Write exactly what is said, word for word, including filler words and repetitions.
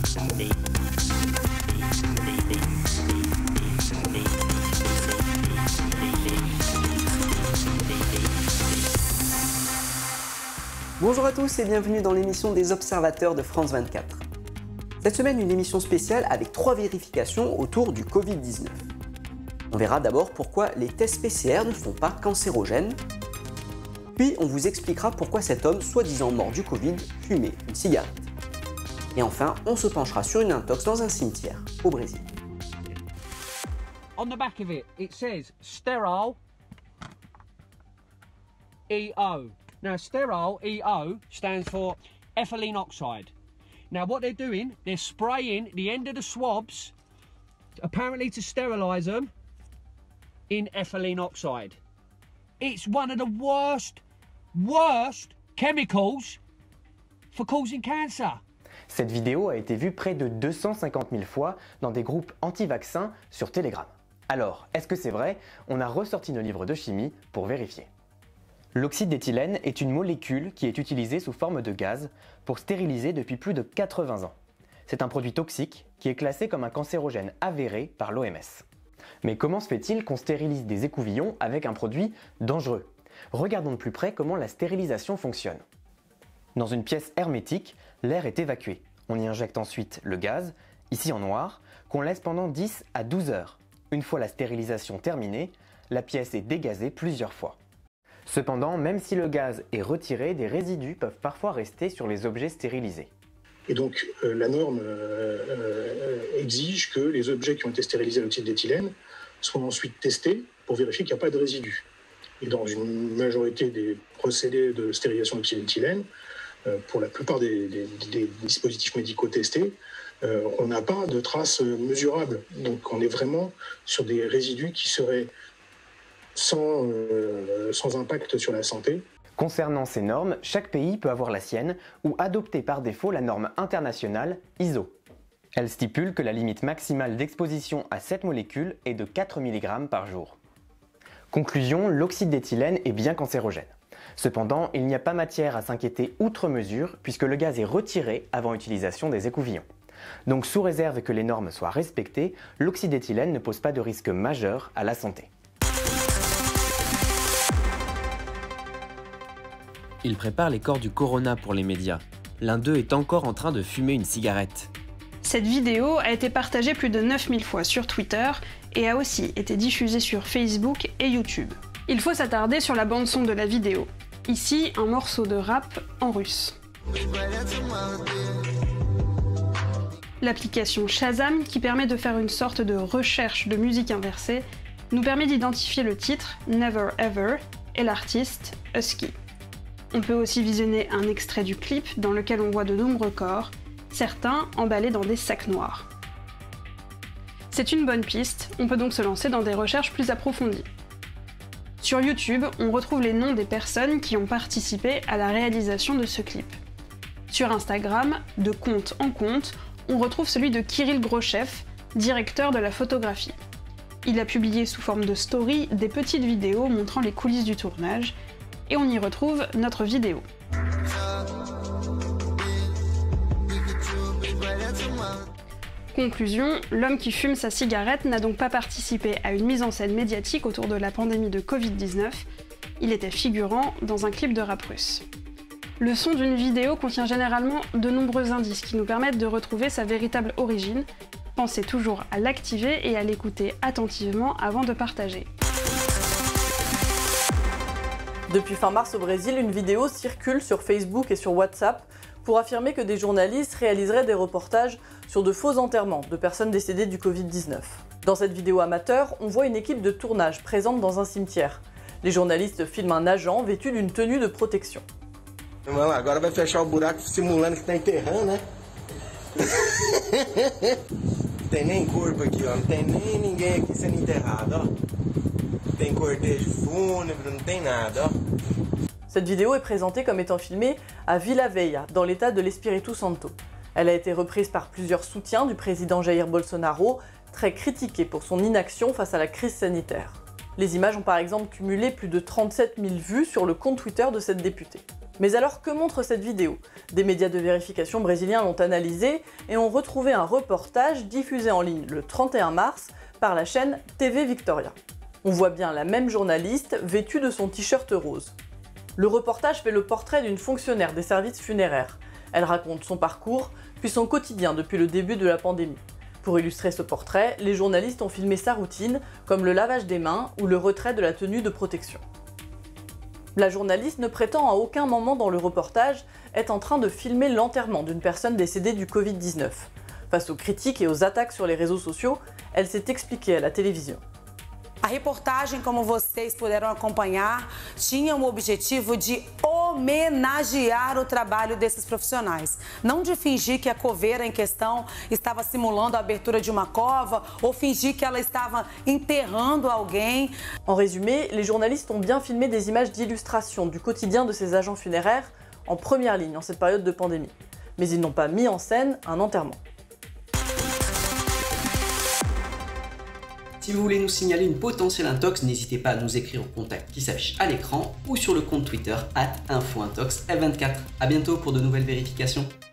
Bonjour à tous et bienvenue dans l'émission des Observateurs de France vingt-quatre. Cette semaine, une émission spéciale avec trois vérifications autour du Covid dix-neuf. On verra d'abord pourquoi les tests P C R ne sont pas cancérogènes. Puis on vous expliquera pourquoi cet homme, soi-disant mort du Covid, fumait une cigarette. Et enfin, on se penchera sur une intox dans un cimetière au Brésil. On the back of it, it says sterile E O. Now, sterile E O stands for ethylene oxide. Now, what they're doing, they're spraying the end of the swabs, apparently to sterilise them, in ethylene oxide. It's one of the worst, worst chemicals for causing cancer. Cette vidéo a été vue près de deux cent cinquante mille fois dans des groupes anti-vaccins sur Telegram. Alors, est-ce que c'est vrai? On a ressorti nos livres de chimie pour vérifier. L'oxyde d'éthylène est une molécule qui est utilisée sous forme de gaz pour stériliser depuis plus de quatre-vingts ans. C'est un produit toxique qui est classé comme un cancérogène avéré par l'O M S. Mais comment se fait-il qu'on stérilise des écouvillons avec un produit dangereux? Regardons de plus près comment la stérilisation fonctionne. Dans une pièce hermétique, l'air est évacué. On y injecte ensuite le gaz, ici en noir, qu'on laisse pendant dix à douze heures. Une fois la stérilisation terminée, la pièce est dégazée plusieurs fois. Cependant, même si le gaz est retiré, des résidus peuvent parfois rester sur les objets stérilisés. Et donc euh, la norme euh, euh, exige que les objets qui ont été stérilisés à l'oxyde d'éthylène soient ensuite testés pour vérifier qu'il n'y a pas de résidus. Et dans une majorité des procédés de stérilisation d'oxyde d'éthylène, euh, pour la plupart des, des, des dispositifs médicaux testés, euh, on n'a pas de traces mesurables. Donc on est vraiment sur des résidus qui seraient Sans, euh, sans impact sur la santé. Concernant ces normes, chaque pays peut avoir la sienne ou adopter par défaut la norme internationale I S O. Elle stipule que la limite maximale d'exposition à cette molécule est de quatre milligrammes par jour. Conclusion, l'oxyde d'éthylène est bien cancérogène. Cependant, il n'y a pas matière à s'inquiéter outre mesure puisque le gaz est retiré avant utilisation des écouvillons. Donc sous réserve que les normes soient respectées, l'oxyde d'éthylène ne pose pas de risque majeur à la santé. Il prépare les corps du Corona pour les médias. L'un d'eux est encore en train de fumer une cigarette. Cette vidéo a été partagée plus de neuf mille fois sur Twitter et a aussi été diffusée sur Facebook et YouTube. Il faut s'attarder sur la bande-son de la vidéo. Ici, un morceau de rap en russe. L'application Shazam, qui permet de faire une sorte de recherche de musique inversée, nous permet d'identifier le titre Never Ever et l'artiste Husky. On peut aussi visionner un extrait du clip dans lequel on voit de nombreux corps, certains emballés dans des sacs noirs. C'est une bonne piste, on peut donc se lancer dans des recherches plus approfondies. Sur YouTube, on retrouve les noms des personnes qui ont participé à la réalisation de ce clip. Sur Instagram, de compte en compte, on retrouve celui de Kirill Grochev, directeur de la photographie. Il a publié sous forme de story des petites vidéos montrant les coulisses du tournage, et on y retrouve notre vidéo. Conclusion, l'homme qui fume sa cigarette n'a donc pas participé à une mise en scène médiatique autour de la pandémie de Covid dix-neuf, il était figurant dans un clip de rap russe. Le son d'une vidéo contient généralement de nombreux indices qui nous permettent de retrouver sa véritable origine. Pensez toujours à l'activer et à l'écouter attentivement avant de partager. Depuis fin mars au Brésil, une vidéo circule sur Facebook et sur WhatsApp pour affirmer que des journalistes réaliseraient des reportages sur de faux enterrements de personnes décédées du Covid dix-neuf. Dans cette vidéo amateur, on voit une équipe de tournage présente dans un cimetière. Les journalistes filment un agent vêtu d'une tenue de protection. Agora vai fechar o buraco simulando que tá enterrando, né? Não tem nem corpo aqui, ó. Não tem nem ninguém aqui sendo enterrado, ó. Não tem cortejo fúnebre, não tem nada, ó. Cette vidéo est présentée comme étant filmée à Vila Velha, dans l'état de l'Espírito Santo. Elle a été reprise par plusieurs soutiens du président Jair Bolsonaro, très critiqué pour son inaction face à la crise sanitaire. Les images ont par exemple cumulé plus de trente-sept mille vues sur le compte Twitter de cette députée. Mais alors que montre cette vidéo? Des médias de vérification brésiliens l'ont analysée et ont retrouvé un reportage diffusé en ligne le trente et un mars par la chaîne T V Victoria. On voit bien la même journaliste vêtue de son t-shirt rose. Le reportage fait le portrait d'une fonctionnaire des services funéraires. Elle raconte son parcours, puis son quotidien depuis le début de la pandémie. Pour illustrer ce portrait, les journalistes ont filmé sa routine, comme le lavage des mains ou le retrait de la tenue de protection. La journaliste ne prétend à aucun moment dans le reportage être en train de filmer l'enterrement d'une personne décédée du Covid dix-neuf. Face aux critiques et aux attaques sur les réseaux sociaux, elle s'est expliquée à la télévision. A reportagem, como vocês puderam acompanhar, tinha o objetivo de homenagear o trabalho desses profissionais. Não de fingir que a coveira em questão estava simulando a abertura de uma cova ou fingir que ela estava enterrando alguém. En résumé, les journalistes ont bien filmé des images d'illustration du quotidien de ces agents funéraires en première ligne en cette période de pandémie. Mais ils n'ont pas mis en scène un enterrement. Si vous voulez nous signaler une potentielle intox, n'hésitez pas à nous écrire au contact qui s'affiche à l'écran ou sur le compte Twitter arobase info intox F vingt-quatre. A bientôt pour de nouvelles vérifications.